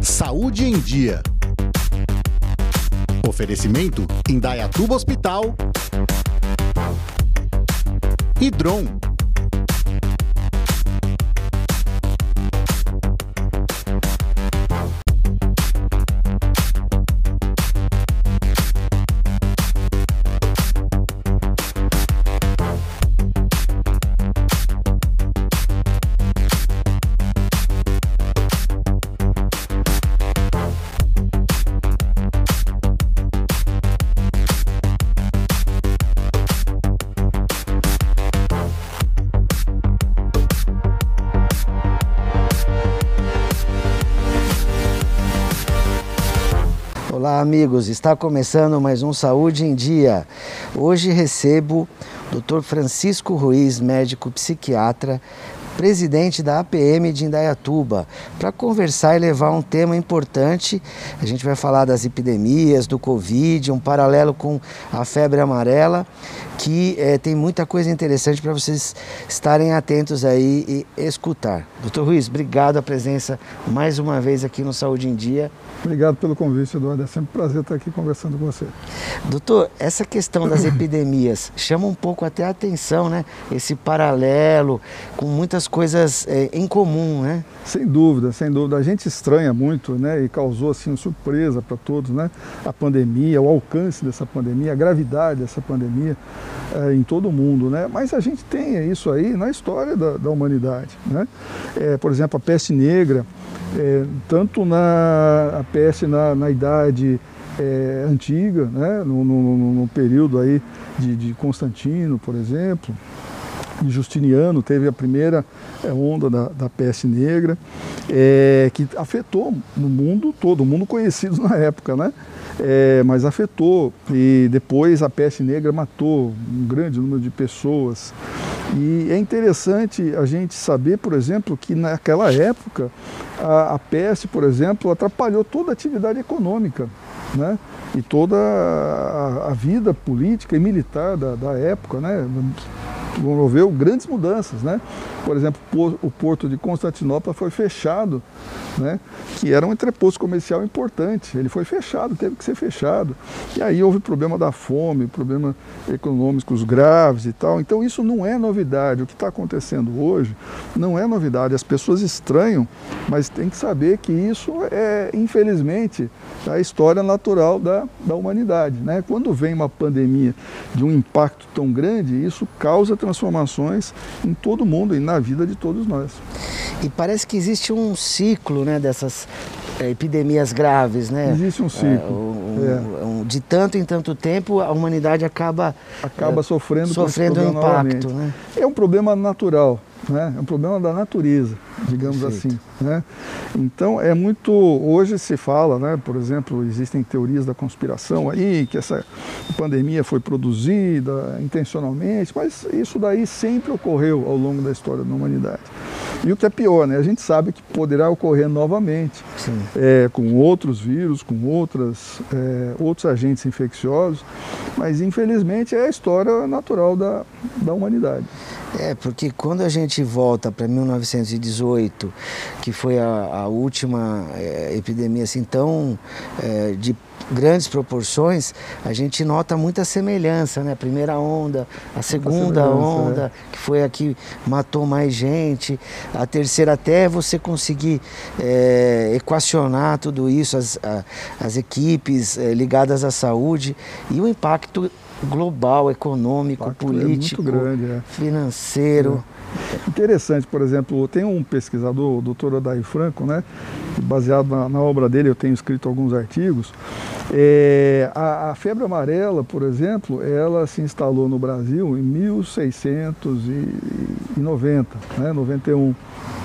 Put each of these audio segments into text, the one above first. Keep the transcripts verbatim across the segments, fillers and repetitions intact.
Saúde em Dia. Oferecimento Indaiatuba Hospital e Drom. Olá amigos, está começando mais um Saúde em Dia. Hoje recebo o doutor Francisco Ruiz, médico psiquiatra, presidente da A P M de Indaiatuba, para conversar e levar um tema importante. A gente vai falar das epidemias, do Covid, um paralelo com a febre amarela, que é, tem muita coisa interessante para vocês estarem atentos aí e escutar. doutor Ruiz, obrigado a presença mais uma vez aqui no Saúde em Dia. Obrigado pelo convite, Eduardo. É sempre um prazer estar aqui conversando com você. Doutor, essa questão das epidemias chama um pouco até a atenção, né? Esse paralelo com muitas coisas é, em comum, né? Sem dúvida, sem dúvida. A gente estranha muito, né? E causou assim surpresa para todos, né? A pandemia, o alcance dessa pandemia, a gravidade dessa pandemia é, em todo o mundo, né? Mas a gente tem isso aí na história da, da humanidade, né? É, por exemplo, a peste negra. É, tanto na a peste na, na idade é, antiga, né, no, no, no período aí de, de Constantino, por exemplo, de Justiniano, teve a primeira onda da, da peste negra, é, que afetou no mundo todo, o mundo conhecido na época, né? É, mas afetou, e depois a peste negra matou um grande número de pessoas. E é interessante a gente saber, por exemplo, que naquela época a, a peste, por exemplo, atrapalhou toda a atividade econômica, né? E toda a, a vida política e militar da, da época, né? Promoveu grandes mudanças, né? Por exemplo, o porto de Constantinopla foi fechado, né? Que era um entreposto comercial importante. Ele foi fechado, teve que ser fechado. E aí houve problema da fome, problemas econômicos graves e tal. Então isso não é novidade. O que está acontecendo hoje não é novidade. As pessoas estranham, mas tem que saber que isso é, infelizmente, a história natural da, da humanidade, né? Quando vem uma pandemia de um impacto tão grande, isso causa transformações em todo mundo e na vida de todos nós. E parece que existe um ciclo, né, dessas é, epidemias graves, né? Existe um ciclo. É, um, um, de tanto em tanto tempo a humanidade acaba, acaba é, sofrendo, sofrendo um impacto, né? É um problema natural, né? É um problema da natureza, digamos Perfeito. assim, né? Então é muito, hoje se fala, né, por exemplo, existem teorias da conspiração aí, que essa pandemia foi produzida intencionalmente, mas isso daí sempre ocorreu ao longo da história da humanidade. E o que é pior, né, a gente sabe que poderá ocorrer novamente, é, com outros vírus, com outras, é, outros agentes infecciosos, mas infelizmente é a história natural da, da humanidade. É, porque quando a gente volta para mil novecentos e dezoito, que foi a, a última é, epidemia assim tão é, de grandes proporções, a gente nota muita semelhança, né? A primeira onda, a segunda onda, é. que foi a que matou mais gente, a terceira até você conseguir é, equacionar tudo isso, as, a, as equipes é, ligadas à saúde e o impacto global, econômico, político, é muito grande, é. financeiro. É. Interessante, por exemplo, tem um pesquisador, o doutor Odair Franco, né, baseado na, na obra dele, eu tenho escrito alguns artigos. É, a, a febre amarela, por exemplo, ela se instalou no Brasil em mil seiscentos e noventa, né, noventa e um.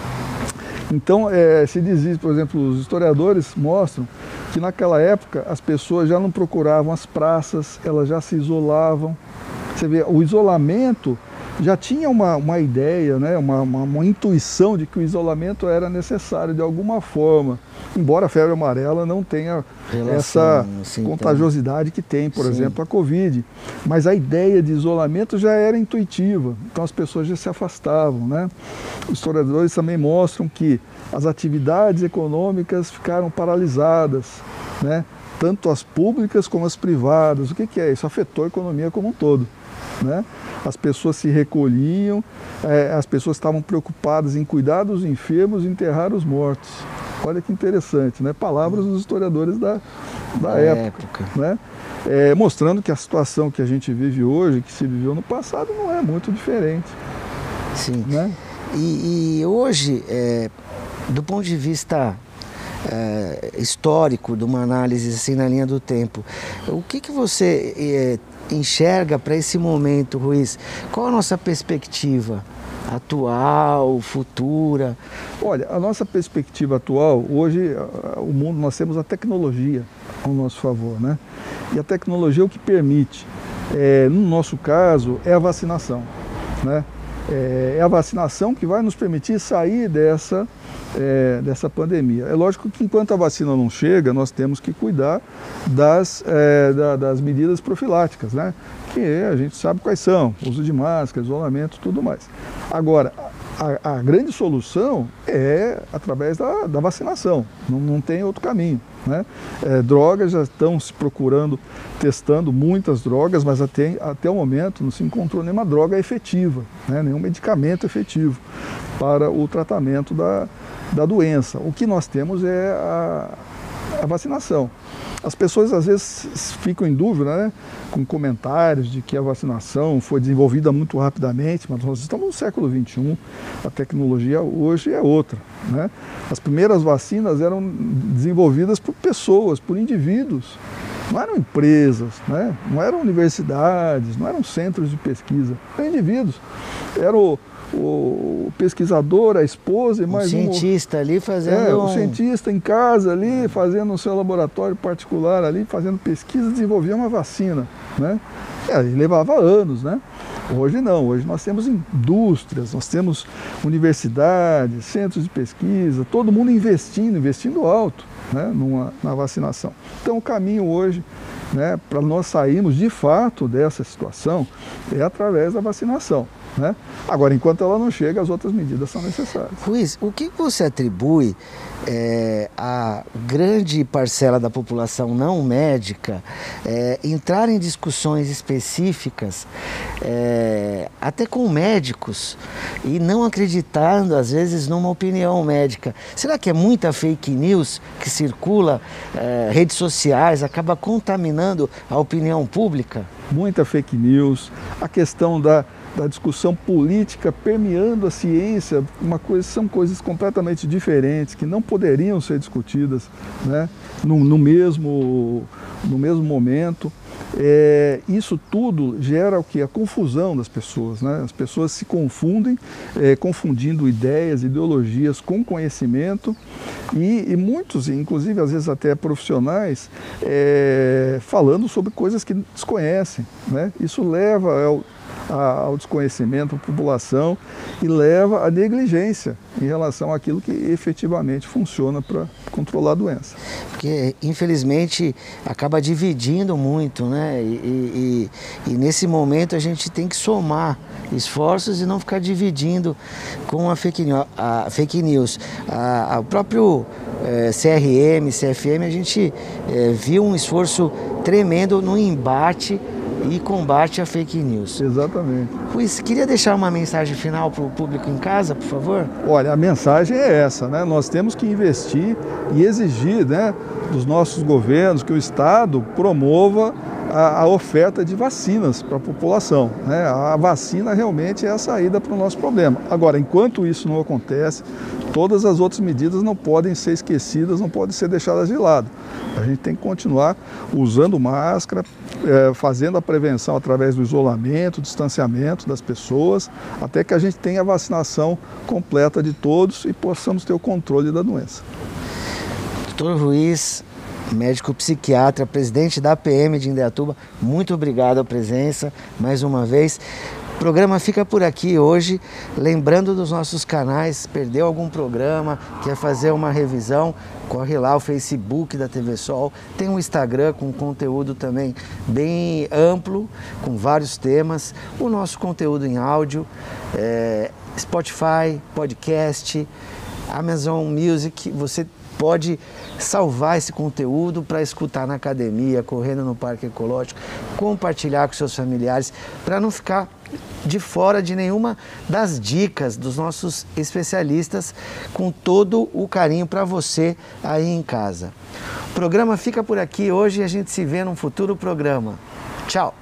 Então, é, se diz, por exemplo, os historiadores mostram que naquela época as pessoas já não procuravam as praças, elas já se isolavam. Você vê, o isolamento já tinha uma, uma ideia, né, uma, uma, uma intuição de que o isolamento era necessário de alguma forma embora a febre amarela não tenha Relação, essa assim, contagiosidade que tem, por Sim. exemplo, a Covid. Mas a ideia de isolamento já era intuitiva, então as pessoas já se afastavam, né? Os historiadores também mostram que as atividades econômicas ficaram paralisadas, né? Tanto as públicas como as privadas. O que que é? Isso afetou a economia como um todo, né? As pessoas se recolhiam, eh, as pessoas estavam preocupadas em cuidar dos enfermos e enterrar os mortos. Olha que interessante, né? Palavras dos historiadores da, da, da época, época. Né? É, mostrando que a situação que a gente vive hoje, que se viveu no passado, não é muito diferente. Sim. Né? E, e hoje, é, do ponto de vista é, histórico, de uma análise assim na linha do tempo, o que, que você é, enxerga para esse momento, Ruiz? Qual a nossa perspectiva atual, futura? Olha, a nossa perspectiva atual, hoje, o mundo, nós temos a tecnologia ao nosso favor, né? E a tecnologia é o que permite, é, no nosso caso, é a vacinação, né? É a vacinação que vai nos permitir sair dessa, é, dessa pandemia. É lógico que enquanto a vacina não chega, nós temos que cuidar das, é, da, das medidas profiláticas, né? Que a gente sabe quais são, uso de máscara, isolamento, tudo mais. Agora, a, a grande solução é através da, da vacinação, não, não tem outro caminho, né? É, drogas já estão se procurando, testando muitas drogas, mas até, até o momento não se encontrou nenhuma droga efetiva, né? Nenhum medicamento efetivo para o tratamento da, da doença. O que nós temos é a, a vacinação. As pessoas às vezes ficam em dúvida, né, com comentários de que a vacinação foi desenvolvida muito rapidamente, mas nós estamos no século vinte e um, a tecnologia hoje é outra, né? As primeiras vacinas eram desenvolvidas por pessoas, por indivíduos, não eram empresas, né? Não eram universidades, não eram centros de pesquisa, eram indivíduos. Era o, o pesquisador, a esposa e mais um... cientista ali fazendo... É, um... o cientista em casa ali, fazendo o seu laboratório particular ali, fazendo pesquisa, desenvolvia uma vacina, né? É, e levava anos, né? Hoje não, hoje nós temos indústrias, nós temos universidades, centros de pesquisa, todo mundo investindo, investindo alto, né, numa, na vacinação. Então o caminho hoje, né, para nós sairmos de fato dessa situação é através da vacinação, né? Agora, enquanto ela não chega, as outras medidas são necessárias. Ruiz, o que você atribui é, a grande parcela da população não médica é, entrar em discussões específicas, é, até com médicos, e não acreditando, às vezes, numa opinião médica? Será que é muita fake news que circula, é, redes sociais, acaba contaminando a opinião pública? Muita fake news, a questão da da discussão política permeando a ciência, uma coisa, são coisas completamente diferentes, que não poderiam ser discutidas, né, no, no, mesmo, no mesmo momento. É, isso tudo gera o que? A confusão das pessoas, né? As pessoas se confundem, é, confundindo ideias, ideologias com conhecimento e, e muitos, inclusive às vezes até profissionais, é, falando sobre coisas que desconhecem, né? Isso leva ao ao desconhecimento da população e leva à negligência em relação àquilo que efetivamente funciona para controlar a doença. Porque, infelizmente, acaba dividindo muito, né? E, e, e nesse momento a gente tem que somar esforços e não ficar dividindo com a fake news. A, fake news. A, a, o próprio é, C R M, C F M, a gente é, viu um esforço tremendo no embate e combate à fake news. Exatamente. Ruiz, queria deixar uma mensagem final para o público em casa, por favor? Olha, a mensagem é essa, né? Nós temos que investir e exigir, né, dos nossos governos que o Estado promova a, a oferta de vacinas para a população, né? A vacina realmente é a saída para o nosso problema. Agora, enquanto isso não acontece, todas as outras medidas não podem ser esquecidas, não podem ser deixadas de lado. A gente tem que continuar usando máscara, é, fazendo a prevenção através do isolamento, distanciamento das pessoas, até que a gente tenha a vacinação completa de todos e possamos ter o controle da doença. doutor Ruiz, médico psiquiatra, presidente da A P M de Indaiatuba, muito obrigado a presença mais uma vez. programa fica por aqui hoje, lembrando dos nossos canais, perdeu algum programa, quer fazer uma revisão, corre lá o Facebook da T V Sol, tem um Instagram com conteúdo também bem amplo, com vários temas, o nosso conteúdo em áudio, é, Spotify, podcast, Amazon Music, você pode salvar esse conteúdo para escutar na academia, correndo no parque ecológico, compartilhar com seus familiares, para não ficar de fora de nenhuma das dicas dos nossos especialistas, com todo o carinho para você aí em casa. O programa fica por aqui hoje e a gente se vê num futuro programa. Tchau!